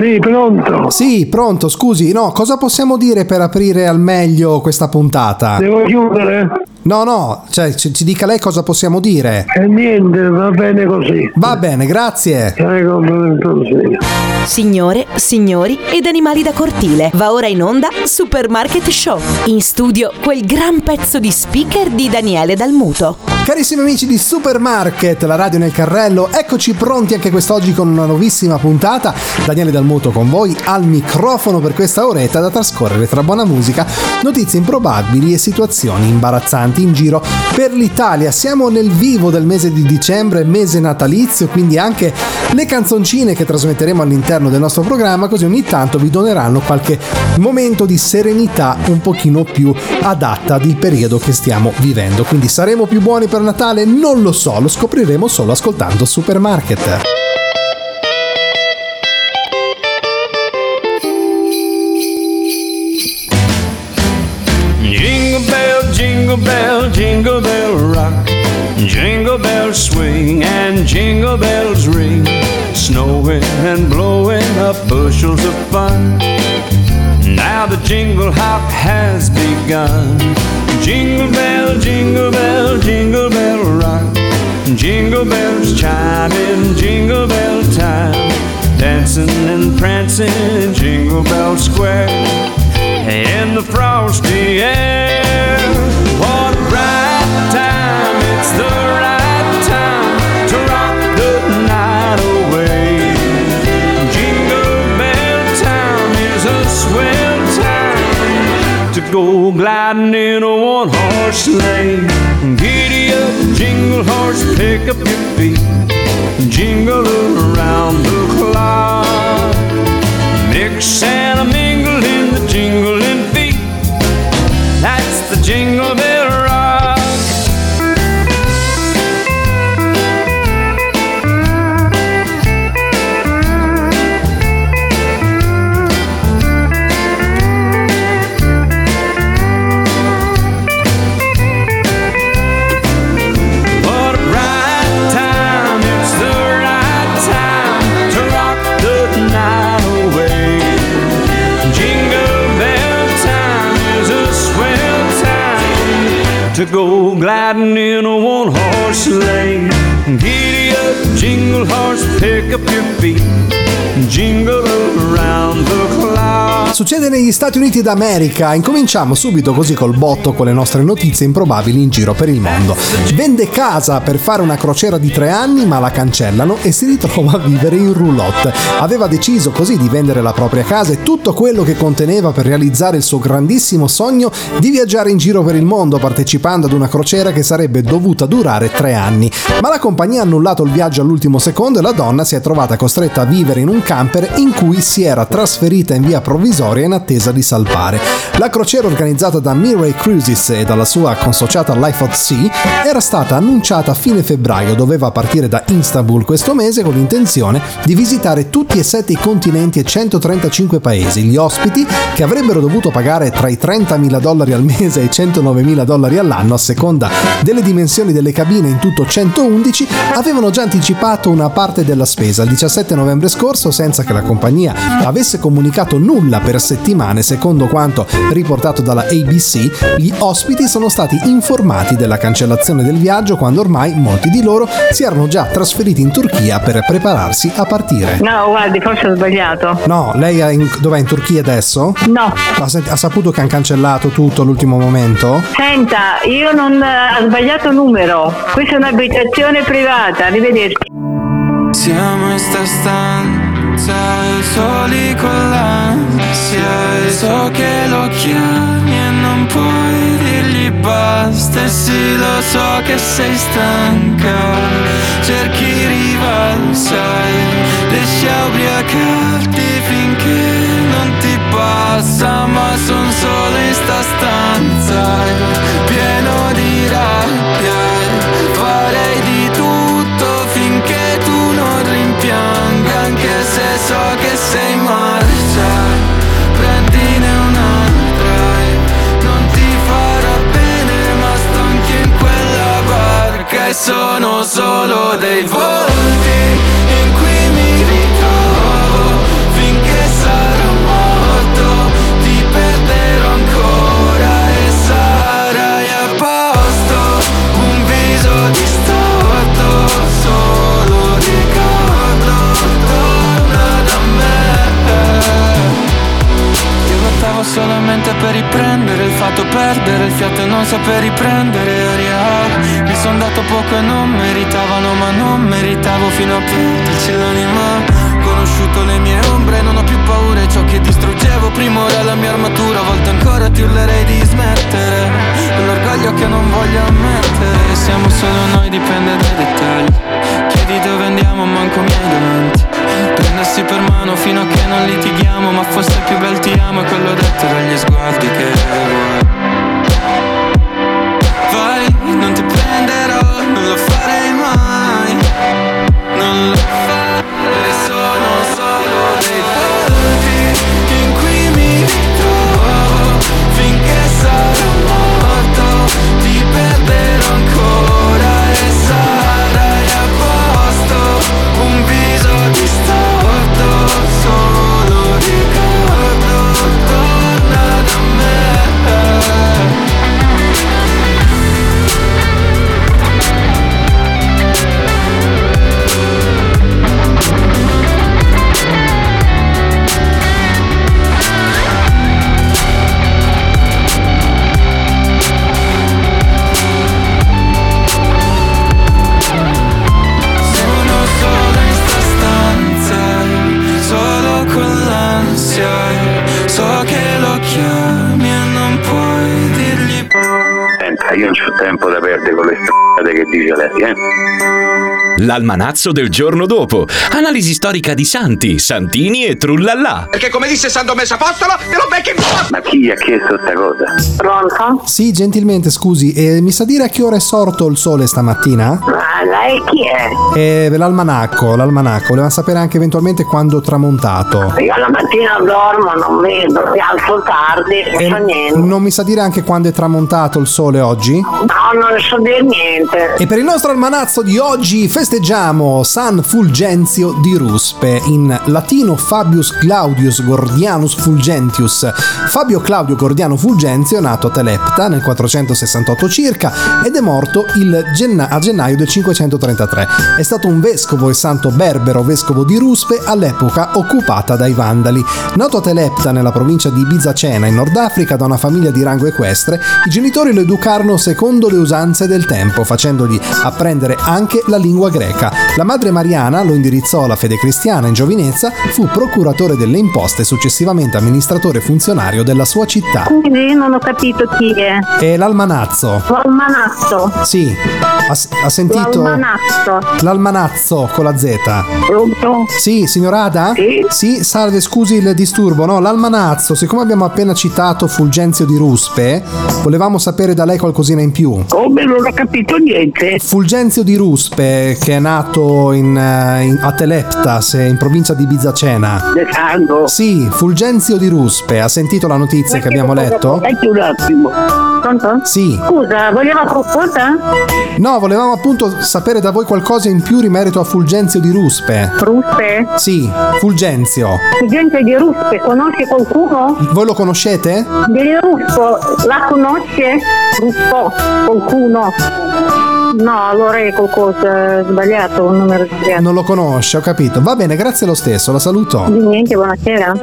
Sì, pronto. Sì, pronto, scusi, no, cosa possiamo dire per aprire al meglio questa puntata? Devo chiudere? No, cioè ci dica lei cosa possiamo dire. Niente, va bene così. Va bene, grazie. Così. Signore, signori ed animali da cortile, va ora in onda Supermarket Show. In studio quel gran pezzo di speaker di Daniele Dalmuto. Carissimi amici di Supermarket, la radio nel carrello, eccoci pronti anche quest'oggi con una nuovissima puntata. Daniele Dalmuto con voi al microfono per questa oretta da trascorrere tra buona musica, notizie improbabili e situazioni imbarazzanti in giro per l'Italia. Siamo nel vivo del mese di dicembre, mese natalizio, quindi anche le canzoncine che trasmetteremo all'interno del nostro programma, così ogni tanto vi doneranno qualche momento di serenità un pochino più adatta al periodo che stiamo vivendo. Quindi saremo più buoni per Natale? Non lo so, lo scopriremo solo ascoltando Supermarket. Jingle bell, jingle bell rock, jingle bells swing and jingle bells ring, snowing and blowing up bushels of fun. Now the jingle hop has begun. Jingle bell, jingle bell, jingle bell rock, jingle bells chime in jingle bell time, dancing and prancing in Jingle Bell Square, in the frosty air. What a bright time, it's the right time to rock the night away. Jingle bell time is a swell time to go gliding in a one-horse sleigh. Giddy up, jingle horse, pick up your feet, jingle around the clock. Mix and a mingle in the jingling feet, that's the Jingle Bell Rock. What a bright time, it's the right time to rock the night away. Jingle bell time is a swell time to go gliding in a one-horse sleigh. Giddy up, jingle horse, pick up your feet, jingle around the clock. Succede negli Stati Uniti d'America. Incominciamo subito così col botto con le nostre notizie improbabili in giro per il mondo. Vende casa per fare una crociera di 3 anni, ma la cancellano e si ritrova a vivere in roulotte. Aveva deciso così di vendere la propria casa e tutto quello che conteneva per realizzare il suo grandissimo sogno di viaggiare in giro per il mondo partecipando ad una crociera che sarebbe dovuta durare 3 anni. Ma la compagnia ha annullato il viaggio all'ultimo secondo e la donna si è trovata costretta a vivere in un camper in cui si era trasferita in via provvisoria in attesa di salpare. La crociera organizzata da Mirai Cruises e dalla sua consociata Life at Sea era stata annunciata a fine febbraio, doveva partire da Istanbul questo mese con l'intenzione di visitare tutti e 7 i continenti e 135 paesi. Gli ospiti, che avrebbero dovuto pagare tra i $30.000 al mese e i $109.000 all'anno a seconda delle dimensioni delle cabine, in tutto 111, avevano già anticipato una parte della spesa il 17 novembre scorso senza che la compagnia avesse comunicato nulla per settimane. Secondo quanto riportato dalla ABC, gli ospiti sono stati informati della cancellazione del viaggio quando ormai molti di loro si erano già trasferiti in Turchia per prepararsi a partire. No, guardi, forse ho sbagliato. No, lei dov'è, in Turchia adesso? No. Ha saputo che hanno cancellato tutto all'ultimo momento? Senta, io non ho sbagliato numero. Questa è un'abitazione privata, arrivederci. Siamo in sta stanza soli con l'ansia, e so che lo chiami e non puoi dirgli basta. E sì, lo so che sei stanca, cerchi rivali, sai, riesci a ubriacarti finché non ti passa. Ma son solo in sta stanza, pieno di rabbia, farei di tutto finché tu non rimpianga, anche se so che sei in marcia, prendine un'altra, non ti farà bene, ma sto anche in quella barca e sono solo dei volti in cui mi ritrovo, finché perdere il fiato e non saper riprendere aria. Mi son dato poco e non meritavano, ma non meritavo fino a perderci l'anima. Conosciuto le mie ombre, non ho più paura di ciò che distruggevo. Prima ora la mia armatura, a volte ancora ti urlerei di smettere. Quell'orgoglio che non voglio ammettere. Siamo solo noi, dipende dai dettagli. Chiedi dove andiamo, manco miei davanti. Prendersi per mano fino a che non litighiamo, ma forse il più bel ti amo è quello detto dagli sguardi che vuoi. Vai, non ti prenderò, non lo farei mai. Non lo farei, sono solo dei punti in cui mi ritrovo. Finché sarò morto ti perderò ancora e sarai a posto. Un viso distorto, solo ricordo, torna da me. So che lo chiami e non puoi dirgli. Senta, io non c'ho tempo da perdere con le strade che dice lei, L'almanazzo del giorno dopo. Analisi storica di santi, santini e trullallà. Perché come disse San Domenico Apostolo, te lo becchi in Ma chi gli ha chiesto sta cosa? Pronto? Sì, gentilmente, scusi, mi sa dire a che ora è sorto il sole stamattina? Ma lei chi è? L'almanacco. Voleva sapere anche eventualmente quando è tramontato. Io la mattina dormo, non vedo, mi alzo tardi, non so niente. Non mi sa dire anche quando è tramontato il sole oggi? No, non so dire niente. E per il nostro almanazzo di oggi festeggiamo San Fulgenzio di Ruspe, in latino Fabius Claudius Gordianus Fulgentius. Fabio Claudio Gordiano Fulgenzio è nato a Telepta nel 468 circa ed è morto a gennaio del 533. È stato un vescovo e santo berbero, vescovo di Ruspe, all'epoca occupata dai Vandali. Nato a Telepta nella provincia di Bizacena in Nord Africa da una famiglia di rango equestre, i genitori lo educarono secondo le usanze del tempo, facendogli apprendere anche la lingua greca. La madre Mariana lo indirizzò alla fede cristiana in giovinezza, fu procuratore delle imposte e successivamente amministratore funzionario della sua città. Quindi non ho capito chi è. E l'almanazzo. L'almanazzo. Sì, ha sentito? L'almanazzo con la Z. Pronto? Sì, signor Ada? Sì, salve, scusi il disturbo. No, l'almanazzo, siccome abbiamo appena citato Fulgenzio di Ruspe, volevamo sapere da lei qualcosina in più. Come? Non ho capito niente. Fulgenzio di Ruspe, che è nato a Teleptas, in provincia di Bizacena. Sì, Fulgenzio di Ruspe. Ha sentito la notizia che abbiamo letto? Aspetti un attimo. Pronto? Sì. Scusa, voleva qualcosa? No, volevamo appunto sapere da voi qualcosa in più in merito a Fulgenzio di Ruspe. Ruspe? Sì, Fulgenzio. Fulgenzio di Ruspe, conosce qualcuno? Voi lo conoscete? Di Ruspo, la conosce? Ruspo, qualcuno? No, allora è qualcosa sbagliato, un numero sbagliato. Non lo conosce, ho capito. Va bene, grazie lo stesso, la saluto. Di niente, buonasera.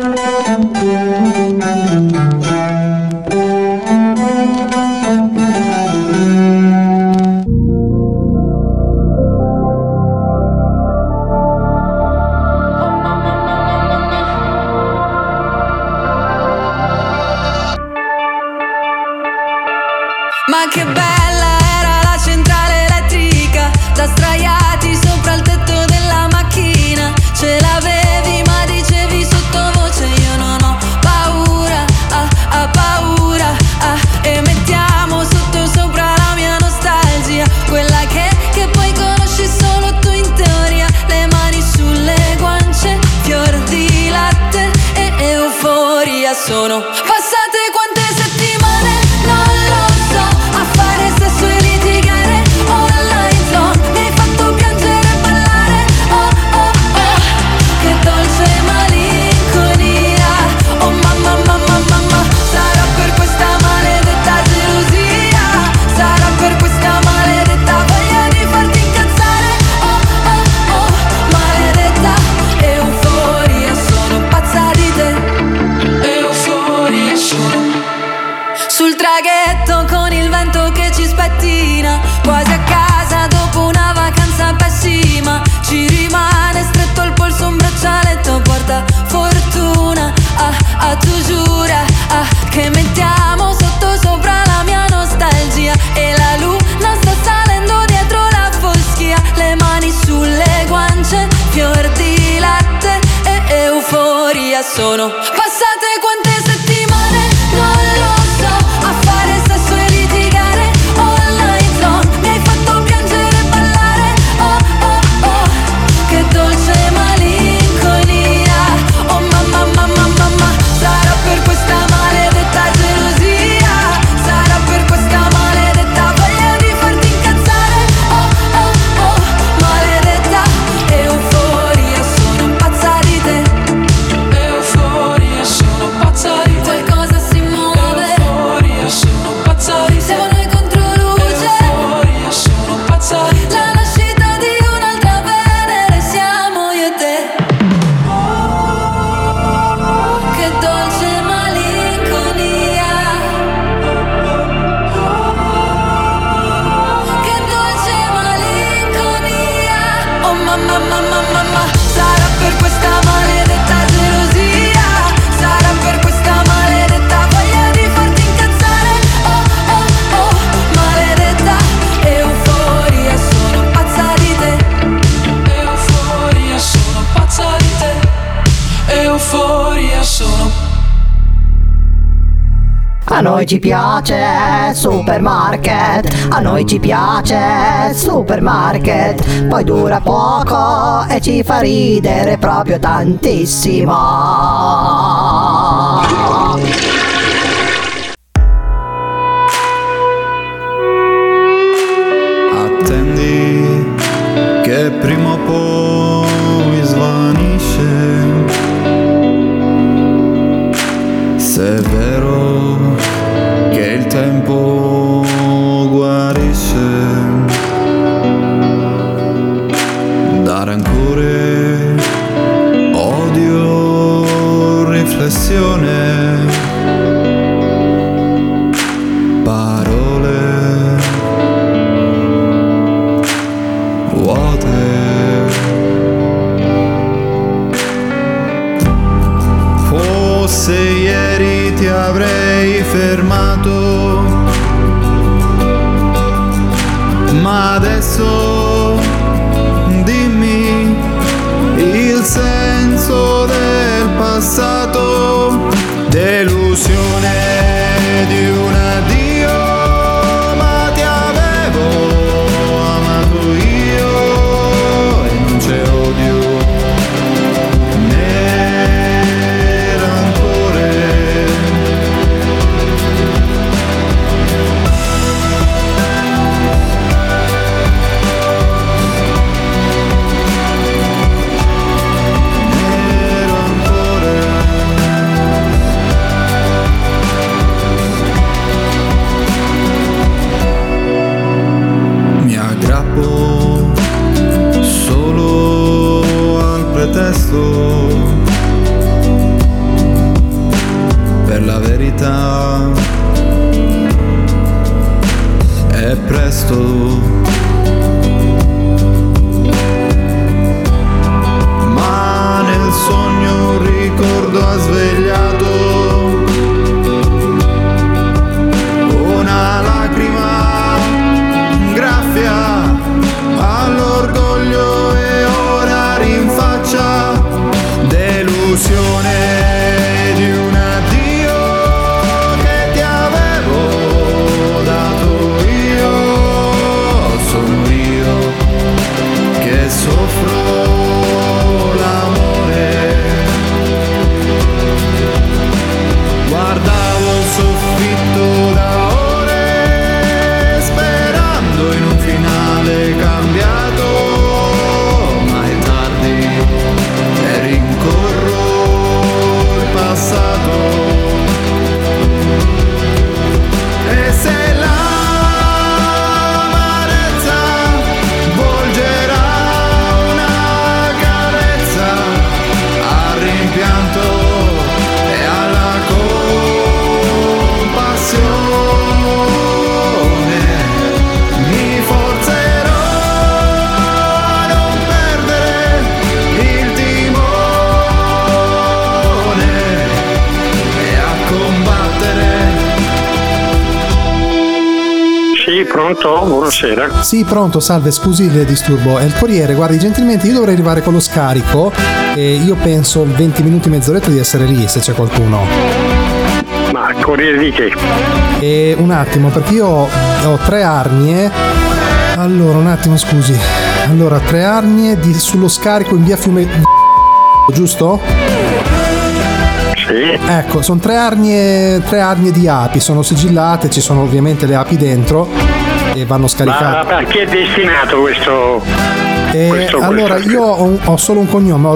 Ma che bella era la centrale elettrica, da sdraiati sopra il tetto della macchina. Ce l'avevi ma dicevi sottovoce io non ho paura, paura, e mettiamo sotto sopra la mia nostalgia, quella che poi conosci solo tu in teoria. Le mani sulle guance, fior di latte e euforia. Sono passate quante settimane, non lo so, a fare sesso e litigare online zone. Mi hai fatto piangere e ballare, oh oh oh, che dolce malinconia. Oh mamma mamma mamma, sarà per questa maledetta gelosia, sarà per questa maledetta voglia di farti incazzare, oh oh oh, maledetta euforia. Sono pazza di te, euforia. euforia sono passate quante settimane, non lo so, a fare sesso e litigare all night long. Mi hai fatto piangere e ballare, oh oh oh, che dolce malinconia. Oh mamma mamma mamma, sarà per questa maledetta gelosia, sarà per questa maledetta voglia di farti incazzare, oh oh oh, maledetta euforia, sono pazza di te. Euforia, sono pazza di te. Qualcosa si muove. Euforia, sono pazza di te. Siamo noi contro luce. Euforia, sono pazza di te. La nascita di un'altra Venere siamo io e te. Che dolce malinconia. Che dolce malinconia. Oh mamma mamma mamma, sarà per questa maledetta gelosia, sarà per questa maledetta voglia di farti incazzare, oh oh oh, maledetta euforia, sono pazza di te. Euforia, sono pazza di te. Euforia, sono. A noi ci piace Supermarket, a noi ci piace Supermarket, poi dura poco e ci fa ridere proprio tantissimo. Attendi che prima o poi svanisce, se è vero che il tempo guarisce, da rancore, odio, riflessione, parole vuote. Fosse ieri ti avrei fermato, ma adesso dimmi il senso del passato, delusione di un addio, ma ti avevo amato io e non c'è odio né rancore. Mi aggrappo solo al pretesto, per la verità è presto. Ma nel sogno un ricordo ha svegliato una lacrima graffia all'orgoglio e ora rinfaccia, delusione di un addio che ti avevo dato io, Sì, pronto? Buonasera. Sì, pronto, salve, scusi il disturbo. È il corriere, guardi, gentilmente io dovrei arrivare con lo scarico e io penso 20 minuti, mezz'oretta di essere lì, se c'è qualcuno. Ma corriere di che? E un attimo, perché io ho 3 arnie. Allora, un attimo, scusi. Allora, 3 arnie sullo scarico in via Fiume, giusto? Sì. Ecco, sono 3 arnie di api, sono sigillate, ci sono ovviamente le api dentro e vanno scaricate. Ma a chi è destinato questo? Allora, io ho solo un cognome,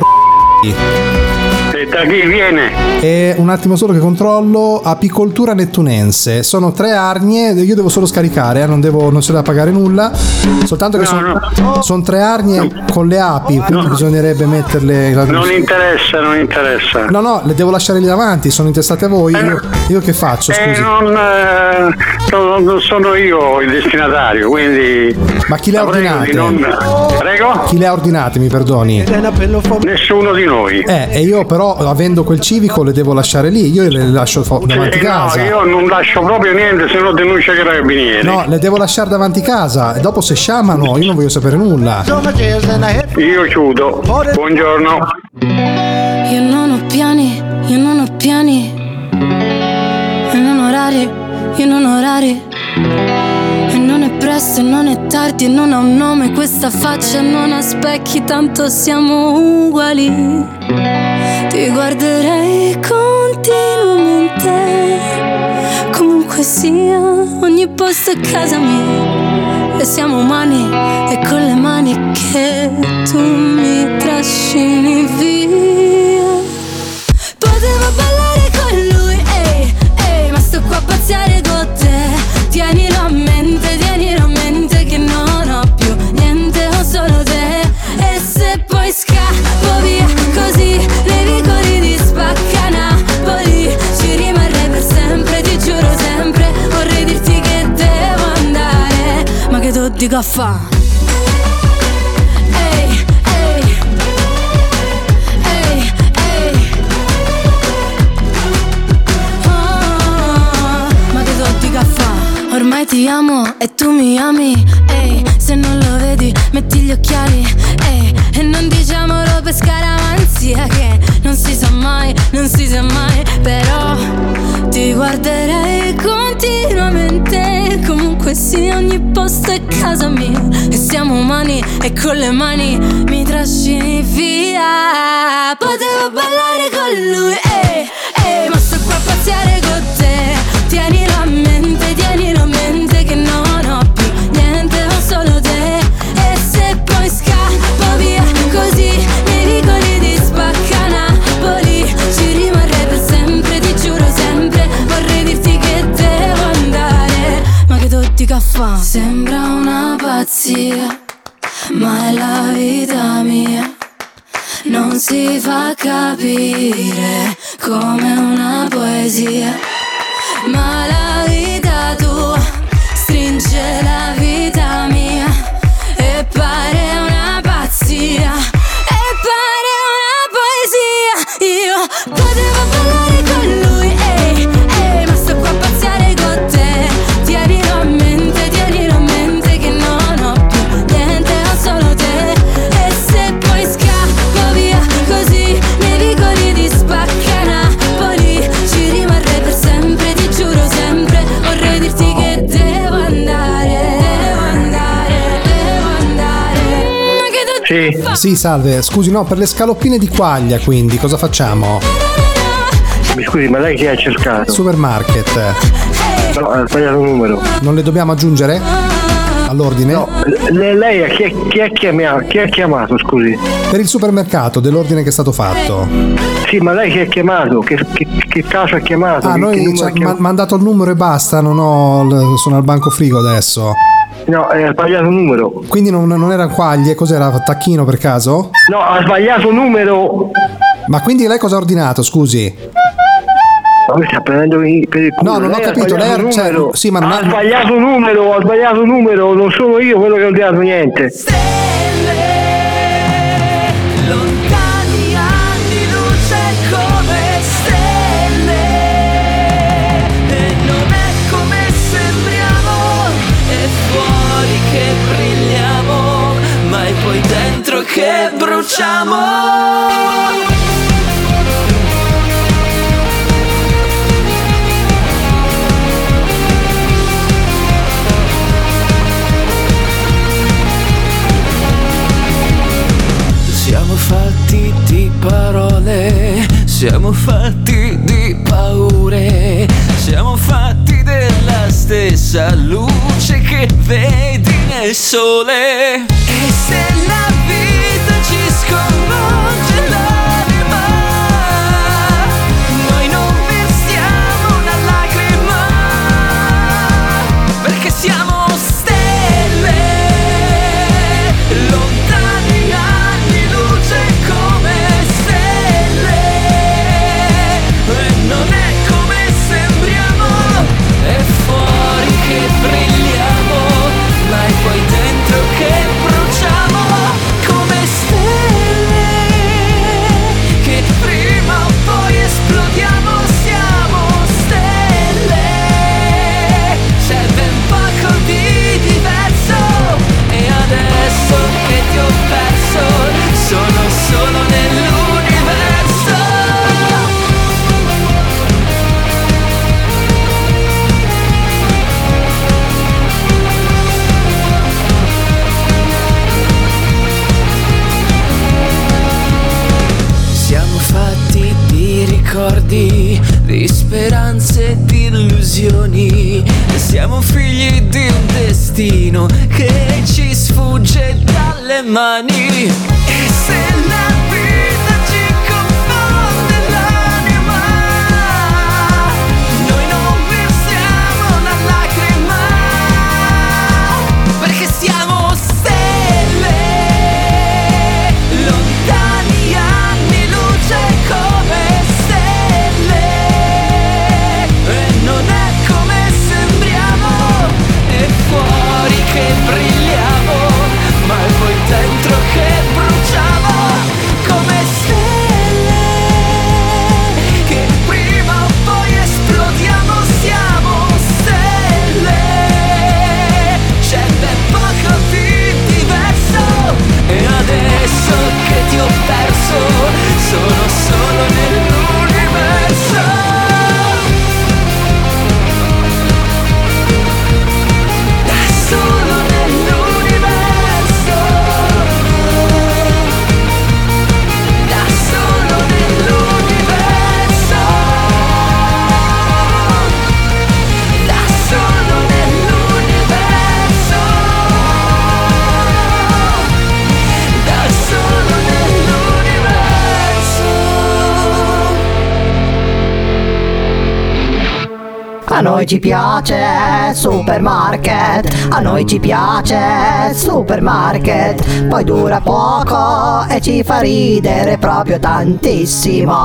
E da chi viene? E un attimo solo che controllo. Apicoltura nettunense. Sono 3 arnie. Io devo solo scaricare, non c'è da pagare nulla. Soltanto che sono 3 arnie con le api, quindi bisognerebbe metterle. Non interessa. No, le devo lasciare lì davanti. Sono intestate a voi. Io che faccio? Scusi. Non sono io il destinatario, quindi. Ma chi le ha ordinate? Prego? Chi le ha ordinate, mi perdoni? Nessuno di noi. E io però, avendo quel civico, le devo lasciare lì. Io le lascio davanti casa. No, io non lascio proprio niente, se no denuncio i carabinieri. No, le devo lasciare davanti casa. E dopo se sciamano, io non voglio sapere nulla. Io chiudo. Buongiorno. Io non ho piani, e non orari, e non è presto e non è tardi e non ha un nome questa faccia, non ha specchi, tanto siamo uguali. Ti guarderei continuamente, comunque sia, ogni posto è casa mia. E siamo umani e con le mani che tu mi trascini via. Potevo ballare con lui, ma sto qua a pazziare con te. Tienilo a mente che non ho più niente, ho solo te. E se poi scappo via così, nei vicoli di Spacca Napoli, ci rimarrei per sempre, ti giuro sempre. Vorrei dirti che devo andare, ma che tu dico a fa'? Ormai ti amo e tu mi ami, se non lo vedi metti gli occhiali, e non diciamolo per scaramanzia che non si sa mai, però ti guarderei continuamente, comunque sì, ogni posto è casa mia. E siamo umani e con le mani mi trascini via. Potevo ballare con lui, ma sto qua a pazziare con te. Tienilo a mente che non ho più niente, ho solo te. E se poi scappo via così, nei vicoli di Spacca Napoli, ci rimarrei per sempre, ti giuro sempre. Vorrei dirti che devo andare, ma che tu dica fa'? Sembra una pazzia, ma è la vita mia. Non si fa capire come una poesia, ma la vita tua stringe la vita mia e pare una pazzia, e pare una poesia. Io potevo ballare con lui, ma sto qua a pazziare con te. Tienilo a mente che non ho più niente, ho solo te. E se poi scappo via così, nei vicoli di Spacca Napoli, ci rimarrei per sempre, ti giuro sempre. Vorrei dirti che devo andare. Ma che tu Sì, salve. Scusi, no, per le scaloppine di quaglia, quindi cosa facciamo? Mi scusi, ma lei chi ha cercato? Supermarket. No, ha sbagliato il numero. Non le dobbiamo aggiungere all'ordine? No, lei chi ha chiamato, scusi? Per il supermercato dell'ordine che è stato fatto. Sì, ma lei chi ha chiamato? Che caso ha chiamato? Noi ci ha mandato il numero e basta, sono al banco frigo adesso. No, ha sbagliato il numero. Quindi non era quaglie, cos'era? Tacchino per caso? No, ha sbagliato il numero. Ma quindi lei cosa ha ordinato, scusi? Ma mi sta prendendo per il culo. No, non ho capito, lei ha sbagliato numero, non sono io quello che ho ordinato niente. lontani anni luce come stelle, e non è come sembriamo, e fatti di paure, siamo fatti della stessa luce che vedi nel sole. E se la vita ci sconvolge l'anima, noi non versiamo una lacrima, perché siamo stelle, lontani anni luce come stelle, e non è come sembriamo, è fuori che brilliamo, ma è poi dentro che bruciamo come stelle, che prima o poi esplodiamo, siamo stelle, c'è ben poco di diverso, e adesso che ti ho perso sono solo nell'universo. Siamo fatti di ricordi, di speranze e di illusioni, siamo figli di un destino che ci sfugge dalle mani. E se la vita ci confonde l'anima, noi non versiamo una lacrima, perché siamo stelle, lontani anni luce come stelle, e non è come sembriamo, è fuori che brilliamo, ma è poi dentro che bruciamo come stelle, che prima o poi esplodiamo, siamo stelle, c'è ben poco di diverso, e adesso che ti ho perso sono solo nell'universo. Da solo nell'universo, da solo nell'universo, da solo nell'universo, da solo nell'universo. A noi ci piace Supermarket, a noi ci piace Supermarket, poi dura poco e ci fa ridere proprio tantissimo.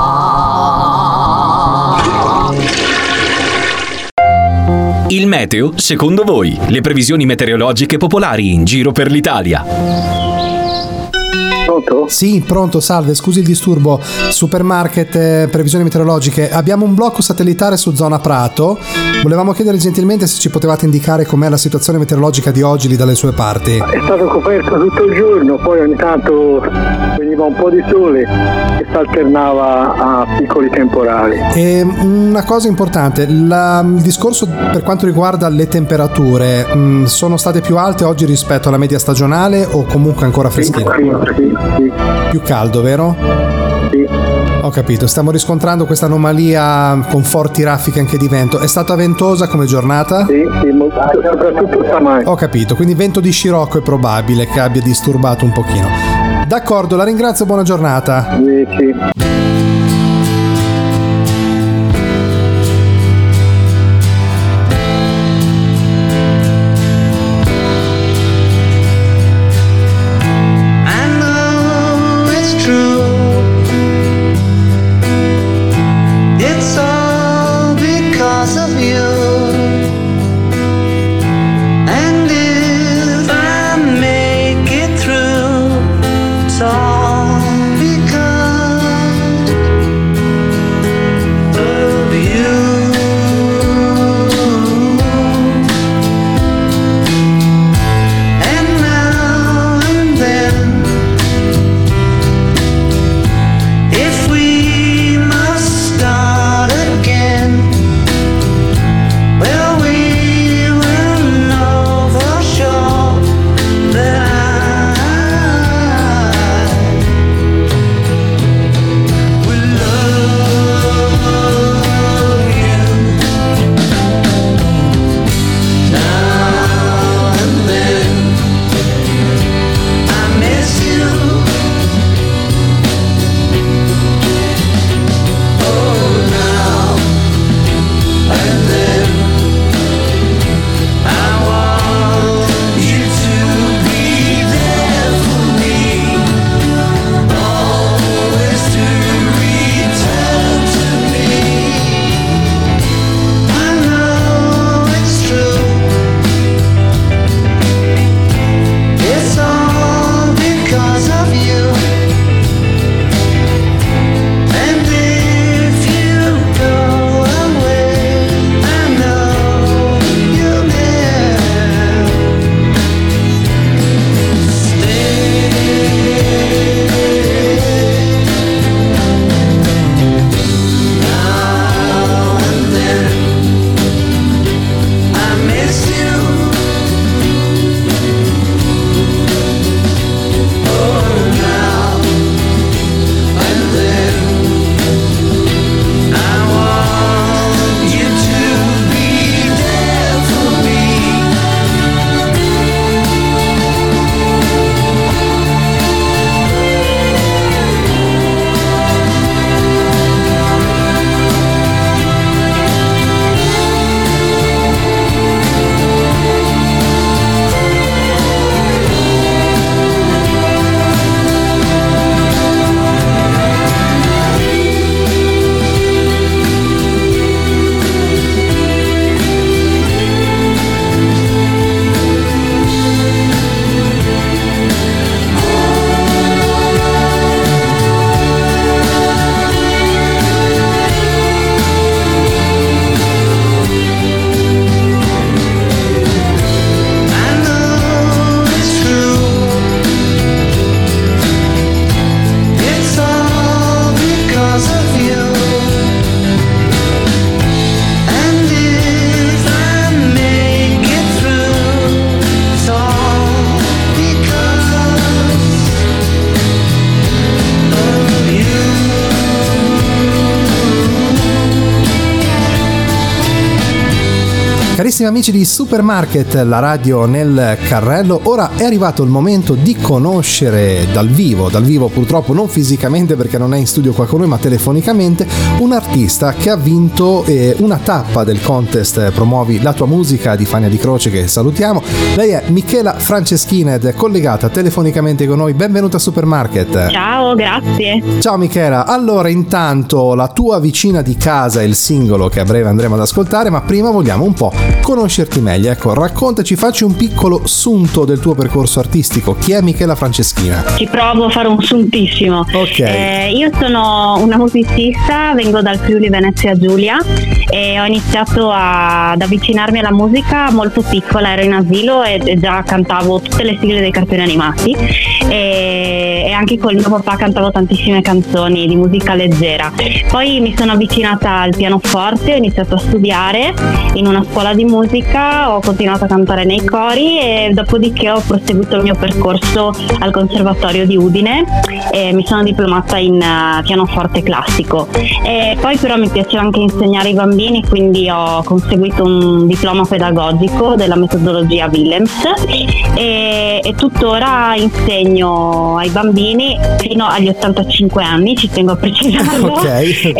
Il meteo, secondo voi, le previsioni meteorologiche popolari in giro per l'Italia. Pronto? Sì, pronto, salve, scusi il disturbo. Supermarket, previsioni meteorologiche. Abbiamo un blocco satellitare su zona Prato. Volevamo chiedere gentilmente se ci potevate indicare com'è la situazione meteorologica di oggi lì dalle sue parti. È stato coperto tutto il giorno, poi ogni tanto veniva un po' di sole e si alternava a piccoli temporali. E una cosa importante, il discorso per quanto riguarda le temperature, sono state più alte oggi rispetto alla media stagionale o comunque ancora freschine? Sì. Più caldo, vero? Sì. Ho capito, stiamo riscontrando questa anomalia con forti raffiche anche di vento. È stata ventosa come giornata? Sì, soprattutto stamani. Ho capito, quindi vento di scirocco è probabile che abbia disturbato un pochino. D'accordo, la ringrazio, buona giornata. Sì. Because Carissimi amici di Supermarket, la radio nel carrello, ora è arrivato il momento di conoscere dal vivo purtroppo non fisicamente perché non è in studio qua con noi, ma telefonicamente, un artista che ha vinto una tappa del contest Promuovi la tua musica di Fania Di Croce, che salutiamo. Lei è Michela Franceschina ed è collegata telefonicamente con noi. Benvenuta a Supermarket. Ciao, grazie. Ciao Michela, allora intanto La tua vicina di casa è il singolo che a breve andremo ad ascoltare, ma prima vogliamo un po' conoscerti meglio. Ecco, raccontaci, facci un piccolo sunto del tuo percorso artistico. Chi è Michela Franceschina? Ci provo a fare un suntissimo. Ok. Io sono una musicista, vengo dal Friuli Venezia Giulia e ho iniziato ad avvicinarmi alla musica molto piccola, ero in asilo e già cantavo tutte le sigle dei cartoni animati e anche con il mio papà cantavo tantissime canzoni di musica leggera. Poi mi sono avvicinata al pianoforte, ho iniziato a studiare in una scuola di musica, ho continuato a cantare nei cori e dopodiché ho proseguito il mio percorso al Conservatorio di Udine e mi sono diplomata in pianoforte classico. E poi però mi piaceva anche insegnare ai bambini, quindi ho conseguito un diploma pedagogico della metodologia Willems e tuttora insegno ai bambini fino agli 85 anni, ci tengo a precisarlo. Ok.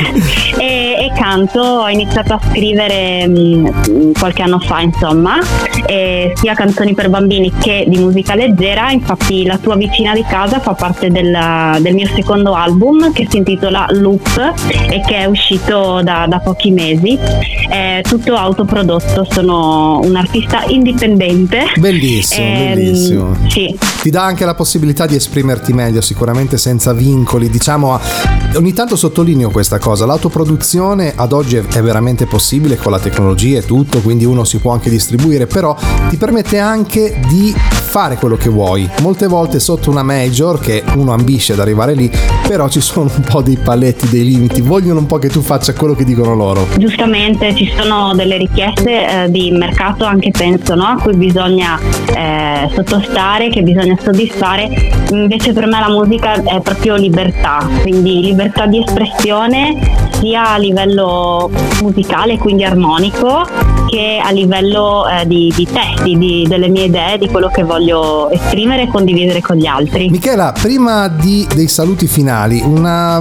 E canto, ho iniziato a scrivere qualche anno fa, insomma, sia canzoni per bambini che di musica leggera. Infatti La tua vicina di casa fa parte del mio secondo album, che si intitola Loop e che è uscito da pochi mesi. È tutto autoprodotto, sono un artista indipendente. Bellissimo, bellissimo. Sì. Ti dà anche la possibilità di esprimerti meglio, sicuramente senza vincoli, diciamo. Ogni tanto sottolineo questa cosa, l'autoproduzione ad oggi è veramente possibile con la tecnologia e tutto, quindi uno si può anche distribuire, però ti permette anche di fare quello che vuoi. Molte volte sotto una major, che uno ambisce ad arrivare lì, però ci sono un po' dei paletti, dei limiti, vogliono un po' che tu faccia quello che dicono loro. Giustamente ci sono delle richieste di mercato anche, penso, no? A cui bisogna sottostare, che bisogna soddisfare. Invece per me la musica è proprio libertà, quindi libertà di espressione sia a livello musicale, quindi armonico, che a livello di testi, delle mie idee, di quello che voglio esprimere e condividere con gli altri. Michela, prima dei saluti finali, una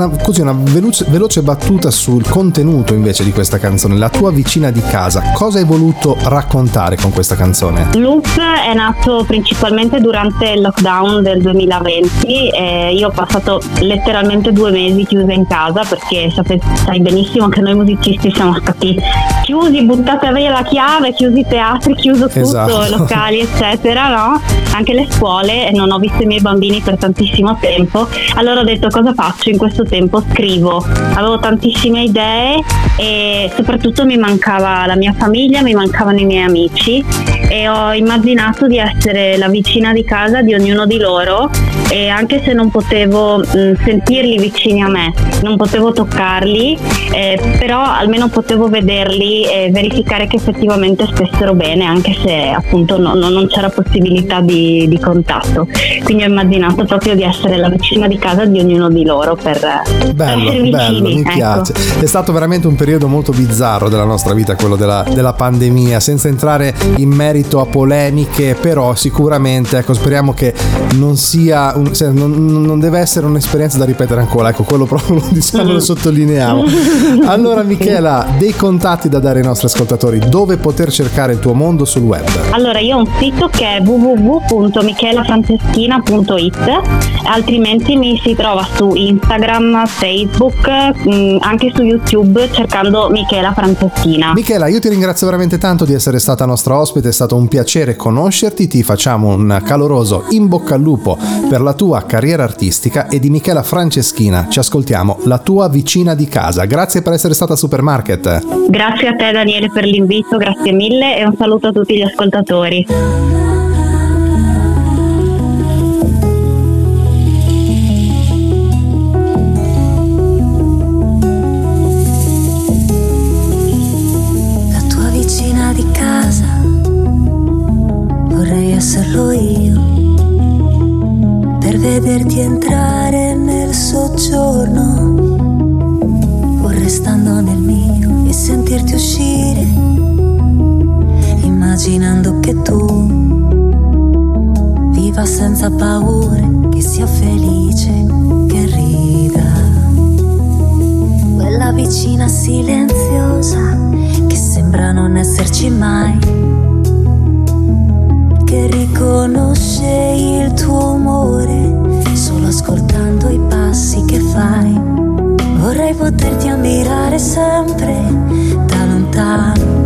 veloce battuta sul contenuto invece di questa canzone, La tua vicina di casa. Cosa hai voluto raccontare con questa canzone? Loop è nato principalmente durante il lockdown del 2020 e io ho passato letteralmente 2 mesi chiusa in casa, perché sai benissimo che noi musicisti siamo stati chiusi, buttata via la chiave, chiusi i teatri, chiuso tutto, esatto. Locali eccetera, no? Anche le scuole, e non ho visto i miei bambini per tantissimo tempo. Allora ho detto: cosa faccio in questo tempo? Scrivo. Avevo tantissime idee e soprattutto mi mancava la mia famiglia, mi mancavano i miei amici e ho immaginato di essere la vicina di casa di ognuno di loro, e anche se non potevo sentirli vicini a me, non potevo toccarli, però almeno potevo vederli e verificare che effettivamente stessero bene, anche se appunto non c'era possibilità di contatto. Quindi ho immaginato proprio di essere la vicina di casa di ognuno di loro per essere vicini. Bello, mi piace. È stato veramente un periodo molto bizzarro della nostra vita, quello della pandemia, senza entrare in merito a polemiche, però sicuramente, ecco, speriamo che non sia non deve essere un'esperienza da ripetere ancora, ecco, quello proprio lo sottolineiamo. Allora Michela, dei contatti da dare ai nostri ascoltatori, dove poter cercare il tuo mondo sul web? Allora, io ho un sito che è www.michelafranceschina.it, altrimenti mi si trova su Instagram, Facebook, anche su YouTube cercando Michela Franceschina. Michela, io ti ringrazio veramente tanto di essere stata nostra ospite, è stato un piacere conoscerti, ti facciamo un caloroso in bocca al lupo per la tua carriera artistica, e di Michela Franceschina ci ascoltiamo La tua vicina di casa. Grazie per essere stata a Supermarket. Grazie a te Daniele per l'invito, grazie mille e un saluto a tutti gli ascoltatori. La tua vicina di casa, vorrei esserlo io, per vederti entrare nel soggiorno, pur restando nel mio, e sentirti uscire immaginando che tu viva senza paure, che sia felice, che rida. Quella vicina silenziosa che sembra non esserci mai, che riconosce il tuo umore solo ascoltando i passi che fai. Vorrei poterti ammirare sempre da lontano,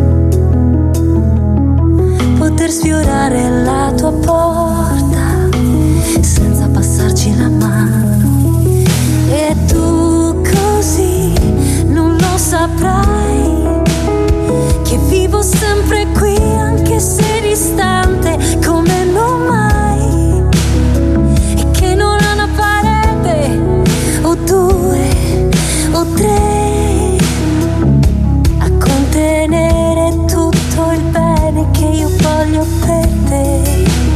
poter sfiorare la tua porta senza passarci la mano. E tu così non lo saprai, che vivo sempre qui anche se distante come non mai, e che non ha una parete o due o tre a contenere tutto il bene che io voglio per te.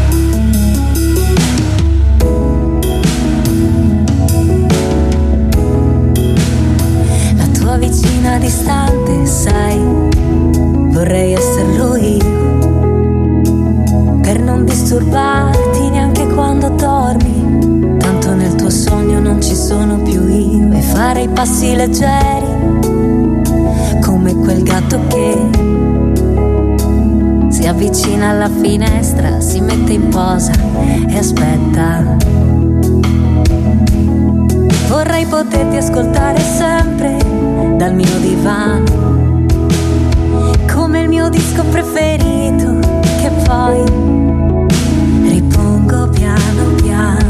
La tua vicina distante, sai, vorrei esserlo io, per non disturbarti neanche quando dormi, tanto nel tuo sogno non ci sono più io, e fare i passi leggeri come quel gatto che si avvicina alla finestra, si mette in posa e aspetta. Vorrei poterti ascoltare sempre dal mio divano, come il mio disco preferito, che poi ripongo piano piano.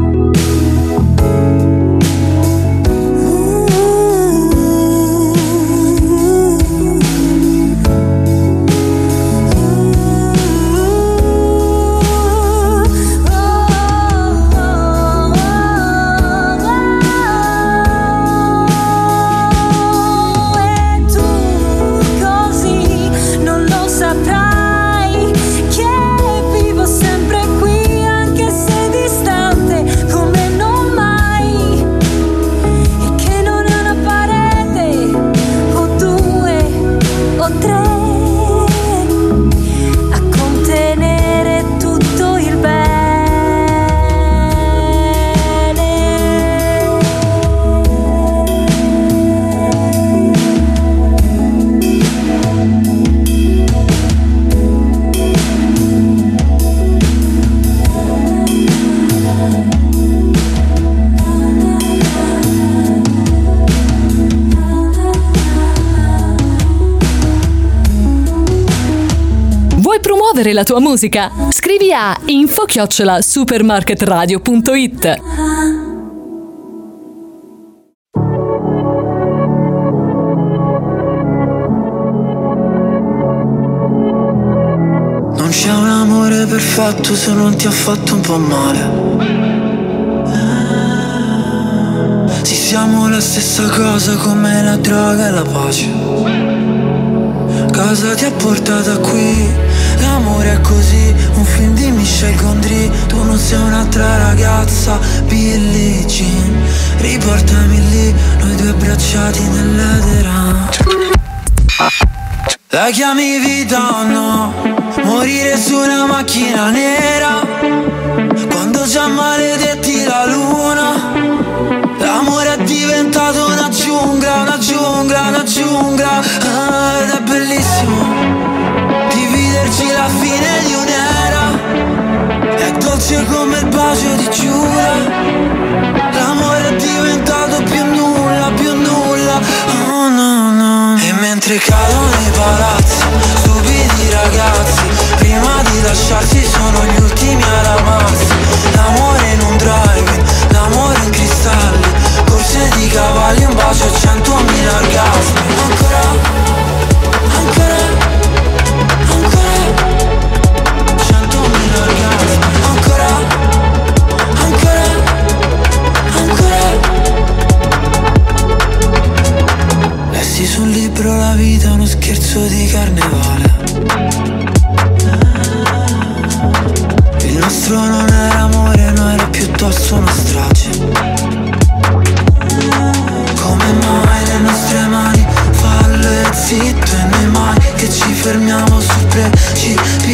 La tua musica? Scrivi a info@supermarketradio.it. Non c'è un amore perfetto se non ti ha fatto un po' male. Sì, siamo la stessa cosa come la droga e la pace. Cosa ti ha portata qui? L'amore è così, un film di Michel Gondry. Tu non sei un'altra ragazza, Billie Jean. Riportami lì, noi due abbracciati nell'edera. La chiami vita o no? Morire su una macchina nera, quando già maledetti la luna. L'amore è diventato una giungla, una giungla, una giungla. Ed è bellissimo dividerci la fine di un'era, è dolce come il bacio di Giura. L'amore è diventato più nulla, oh no no. E mentre cadono i palazzi, stupidi ragazzi, prima di lasciarsi sono gli ultimi ad amarsi. L'amore in un drive-in, l'amore in cristalli, corse di cavalli, un bacio a 100.000 orgasmi. Ancora, ancora, ancora 100.000 orgasmi. Ancora, ancora, ancora. Lessi sul libro la vita è uno scherzo di carnevale. Il nostro non era amore, no, era piuttosto una strage. Come mai le nostre mani fallo e zitto, e noi mai che ci fermiamo sul precipizio.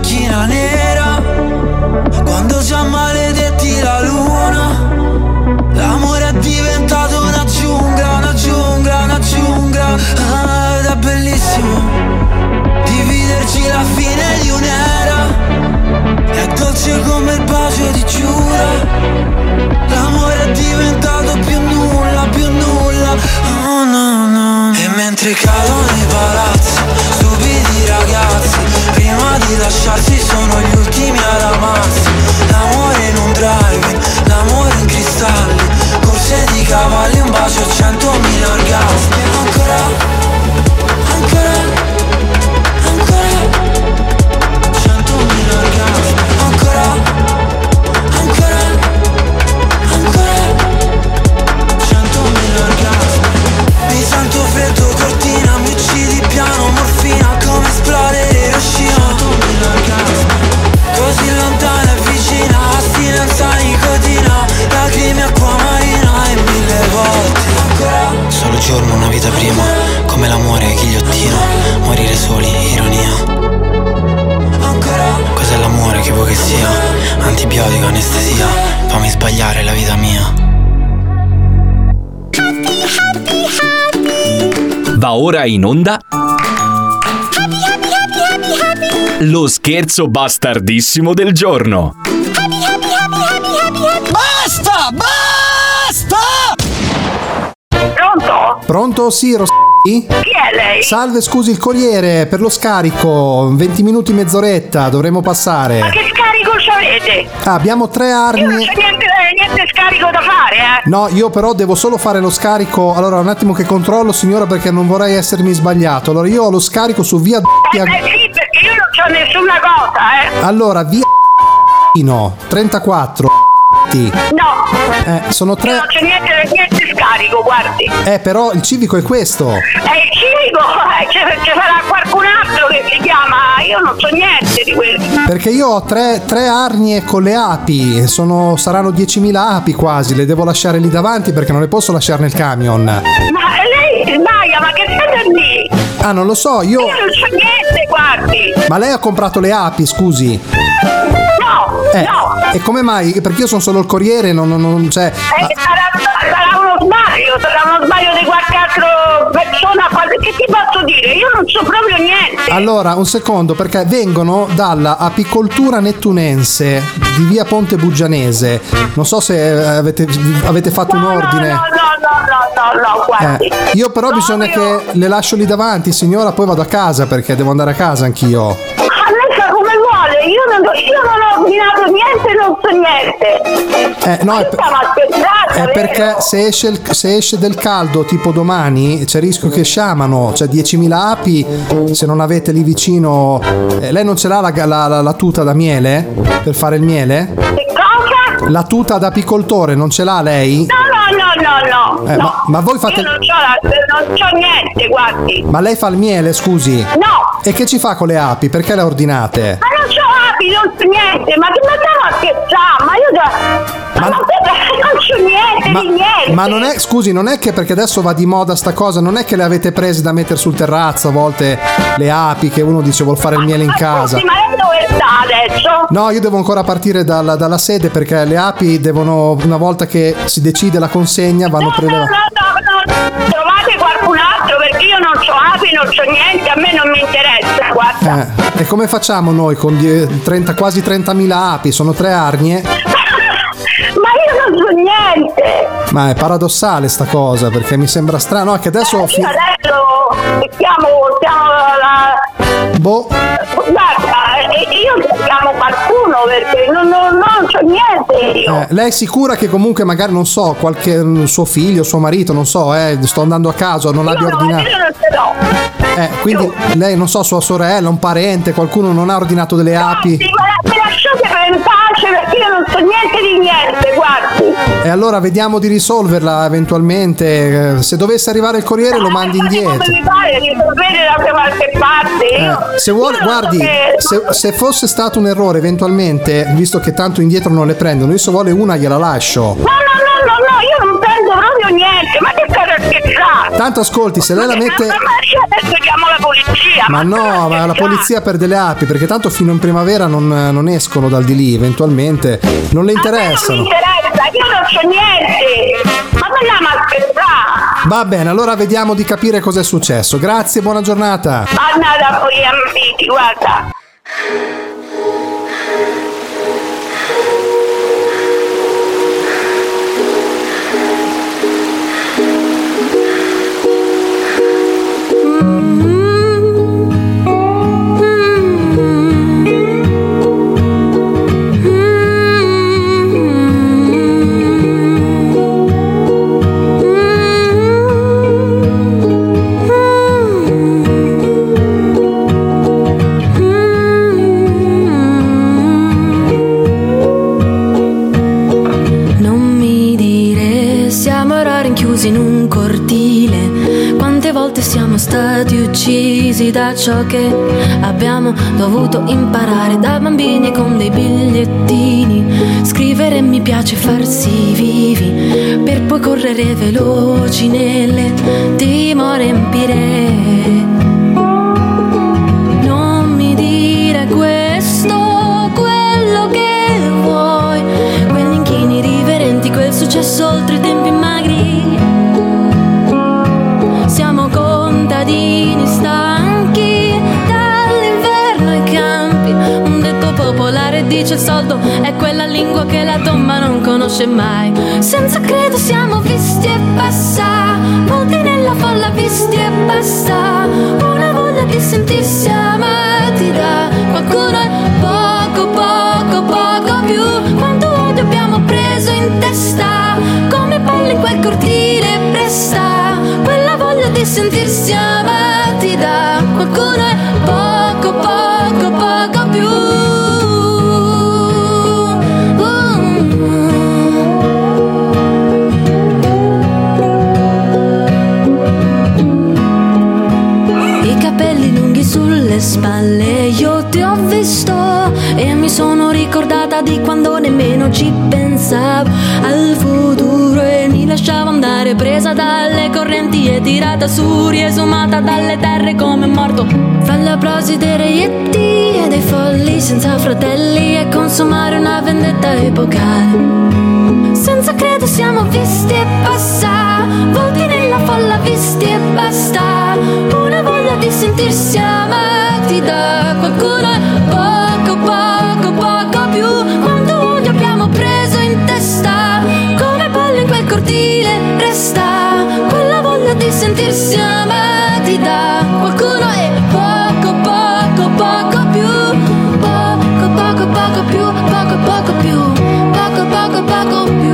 macchina nera, quando ci ha maledetti la luna. L'amore è diventato una giungla, una giungla, una giungla. Ed è bellissimo dividerci la fine di un'era. È dolce come il bacio di Giura. L'amore è diventato più nulla, più nulla. Oh no no. E mentre cadono i palazzi, stupidi ragazzi, prima di lasciarsi sono gli ultimi ad amarsi. L'amore in un drive, l'amore in cristalli, corse di cavalli, un bacio, 100.000 orgasmi. Ancora, ancora, ancora, 100.000 orgasmi. Ancora, ancora, ancora, 100.000 orgasmi. Mi sento freddo, cortina, mi uccidi piano, morfina, come esplodere Hiroshima. 100.000 orgasmi. Così lontana e vicina, astinenza, nicotina, lacrime, acqua marina e 1000 volte. Ancora. Solo giorno, una vita prima, come l'amore, ghigliottina, morire soli, ironia. Ancora. Cos'è l'amore, che vuoi che sia? Antibiotico, anestesia, fammi sbagliare la vita mia. Va ora in onda lo scherzo bastardissimo del giorno. Basta! Basta! Pronto? Pronto? Sì, Chi è lei? Salve, scusi, il corriere per lo scarico, 20 minuti, mezz'oretta, dovremo passare. Ma che scarico c'avete? Abbiamo 3 armi. Io non c'è niente scarico da fare, eh? No, io però devo solo fare lo scarico. Allora, un attimo che controllo, signora, perché non vorrei essermi sbagliato. Allora, io ho lo scarico su via sì, perché io non c'ho nessuna cosa, eh? Allora, via 34. No, sono 3. non c'è niente scarico, guardi. Però il civico è questo. Il civico, ci sarà qualcun altro che si chiama, io non so niente di questo. Perché io ho 3 arnie con le api, saranno 10.000 api quasi, le devo lasciare lì davanti perché non le posso lasciare nel camion. Ma lei sbaglia, ma che state lì? Ah, non lo so, io non so niente, guardi. Ma lei ha comprato le api, scusi? No, no. E come mai? Perché io sono solo il corriere, non c'è. Sarà uno sbaglio di qualche altro persona. Che ti posso dire? Io non so proprio niente. Allora, un secondo, perché vengono dalla apicoltura nettunense di via Ponte Buggianese. Non so se avete fatto un ordine. No, guardi. Io però bisogna che le lascio lì davanti, signora, poi vado a casa perché devo andare a casa anch'io. Come vuole, io non ho ordinato niente, non so niente. No, è perché se esce del caldo tipo domani c'è il rischio che sciamano, c'è 10.000 api, se non avete lì vicino. Lei non ce l'ha la tuta da miele per fare il miele? Che cosa? La tuta da apicoltore non ce l'ha lei? No. Ma voi fate. Io non c'ho niente, guardi. Ma lei fa il miele, scusi? No. E che ci fa con le api? Perché le ordinate? Ma non c'ho api, non so niente. Ma che stiamo a scherzare? Ma io non c'ho niente di niente. Ma non è, scusi, non è che perché adesso va di moda sta cosa, non è che le avete prese da mettere sul terrazzo a volte le api, che uno dice vuol fare il miele in casa. Scusi, ma lei dove sta adesso? No, io devo ancora partire dalla sede perché le api devono, una volta che si decide la consegna, vanno prelevate. No, trovate qualcun altro perché io non c'ho api, non c'ho niente, a me non mi interessa, guarda. E come facciamo noi con quasi 30.000 api? Sono 3 arnie. Ma io non so niente. Ma è paradossale sta cosa, perché mi sembra strano che adesso. Io adesso chiamo la. Boh. Guarda, io chiamo qualcuno perché non c'ho niente io. Lei è sicura che comunque magari, non so, qualche suo figlio, suo marito, non so, sto andando a caso, non abbia ordinato. Io non ce l'ho. Quindi lei, non so, sua sorella, un parente, qualcuno non ha ordinato delle api? Sì, ma mi lasciate per pace perché io non so niente di niente, guardi. E allora vediamo di risolverla eventualmente. Se dovesse arrivare il corriere lo mandi indietro. Come mi pare, risolvere da qualche parte. Se vuole, guardi, se fosse stato un errore eventualmente, visto che tanto indietro non le prendono, io se vuole una gliela lascio. No, io non prendo proprio niente, ma che state a scherzare? Tanto ascolti, se lei la mette... Maria, adesso chiamo la polizia. Ma no, ma la polizia per delle api, perché tanto fino in primavera non escono dal di lì, eventualmente non le interessano. Non mi interessa, io non so niente. Ma vogliamo aspettare? Va bene, allora vediamo di capire cosa è successo. Grazie, buona giornata. Andate poi ambiti, guarda. In un cortile, quante volte siamo stati uccisi da ciò che abbiamo dovuto imparare da bambini con dei bigliettini. Scrivere mi piace, farsi vivi per poi correre veloci nelle dimore empiree. Non mi dire questo, quello che vuoi, quegli inchini riverenti, quel successo oltre i tempi magri. Siamo contadini stanchi dall'inverno ai campi. Un detto popolare dice il soldo è quella lingua che la tomba non conosce mai. Senza credo siamo visti e basta, molti nella folla visti e basta. Una voglia di sentirsi amati da qualcuno è poco, poco, poco più. Quanto odio abbiamo preso in testa, come palle in quel cortile presta. Quella voglia di sentirsi amati da qualcuno è poco, poco, poco più. I capelli lunghi sulle spalle, io ti ho visto e mi sono ricordata di quando nemmeno ci pensavo al futuro e mi lasciavo andare, presa dalle correnti e tirata su, riesumata dalle terre come un morto. Fa gli applausi dei reietti e dei folli senza fratelli e consumare una vendetta epocale. Senza credo siamo visti e basta, volti nella folla visti e basta. Una voglia di sentirsi amati da qualcuno è poco, poco, poco più. Quanto odio abbiamo preso in testa, come palle in quel cortile resta. Quella voglia di sentirsi amati da qualcuno è poco, poco, poco più. Poco, poco, poco più, poco, poco più. Poco, poco, poco più.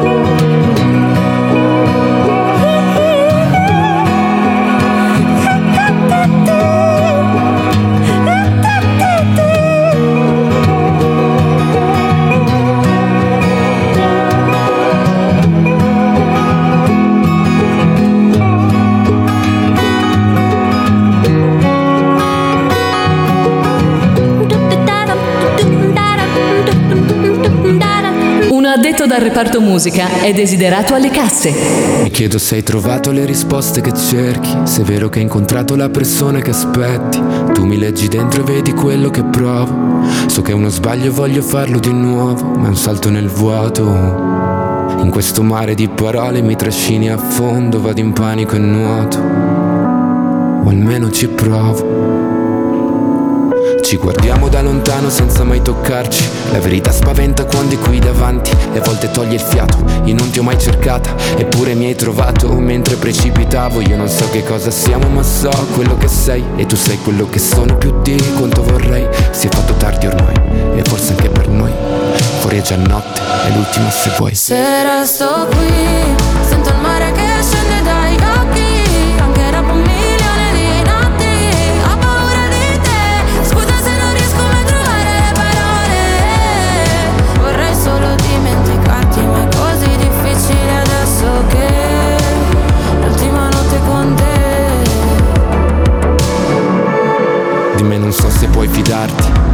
Addetto dal reparto musica è desiderato alle casse. Mi chiedo se hai trovato le risposte che cerchi, se è vero che hai incontrato la persona che aspetti. Tu mi leggi dentro e vedi quello che provo. So che è uno sbaglio e voglio farlo di nuovo, ma è un salto nel vuoto. In questo mare di parole mi trascini a fondo, vado in panico e nuoto, o almeno ci provo. Ci guardiamo da lontano senza mai toccarci. La verità spaventa quando è qui davanti e a volte toglie il fiato. Io non ti ho mai cercata, eppure mi hai trovato mentre precipitavo. Io non so che cosa siamo, ma so quello che sei, e tu sei quello che sono più di quanto vorrei. Si è fatto tardi ormai, e forse anche per noi. Fuori è già notte, è l'ultima se vuoi. Se resto qui, sento il mare che scende dai occhi, anche dopo un milione di notti. Ho paura di te, scusa se non riesco mai a trovare le parole. Vorrei solo dimenticarti, ma è così difficile adesso che l'ultima notte con te. Di me non so se puoi fidarti,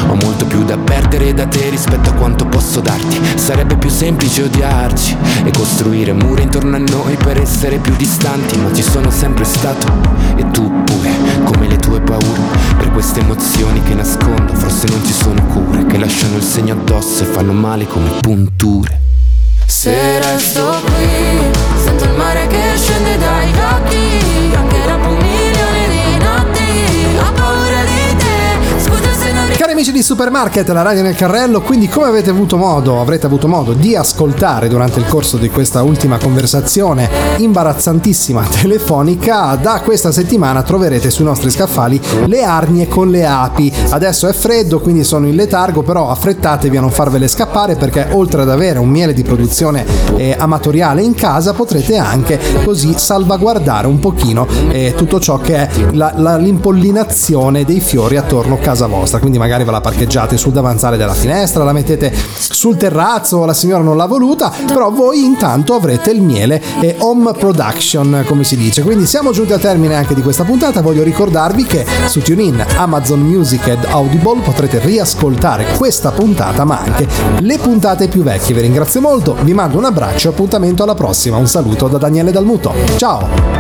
Ho molto più da perdere da te rispetto a quanto posso darti. Sarebbe più semplice odiarci e costruire mura intorno a noi per essere più distanti, ma ci sono sempre stato, e tu pure, come le tue paure. Per queste emozioni che nascondo forse non ci sono cure, che lasciano il segno addosso e fanno male come punture. Se resto qui, sento il mare che scende dai occhi, anche dopo un milione di notti, ho paura di te, scusa se non Cari amici di Supermarket, la radio nel carrello, quindi come avrete avuto modo di ascoltare durante il corso di questa ultima conversazione imbarazzantissima telefonica, da questa settimana troverete sui nostri scaffali le arnie con le api. Adesso è freddo, quindi sono in letargo, però affrettatevi a non farvele scappare, perché oltre ad avere un miele di produzione amatoriale in casa, potrete anche così salvaguardare un pochino tutto ciò che è l'impollinazione dei fiori attorno a casa vostra. Quindi magari ve la parcheggiate sul davanzale della finestra, la mettete sul terrazzo, la signora non l'ha voluta, però voi intanto avrete il miele home production, come si dice. Quindi siamo giunti al termine anche di questa puntata. Voglio ricordarvi che su TuneIn, Amazon Music ed Audible potrete riascoltare questa puntata, ma anche le puntate più vecchie. Vi ringrazio molto, vi mando un abbraccio e appuntamento alla prossima. Un saluto da Daniele Dalmuto, ciao!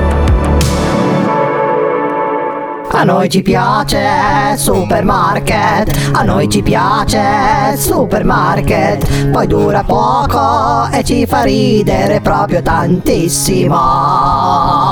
A noi ci piace Supermarket, a noi ci piace Supermarket, poi dura poco e ci fa ridere proprio tantissimo.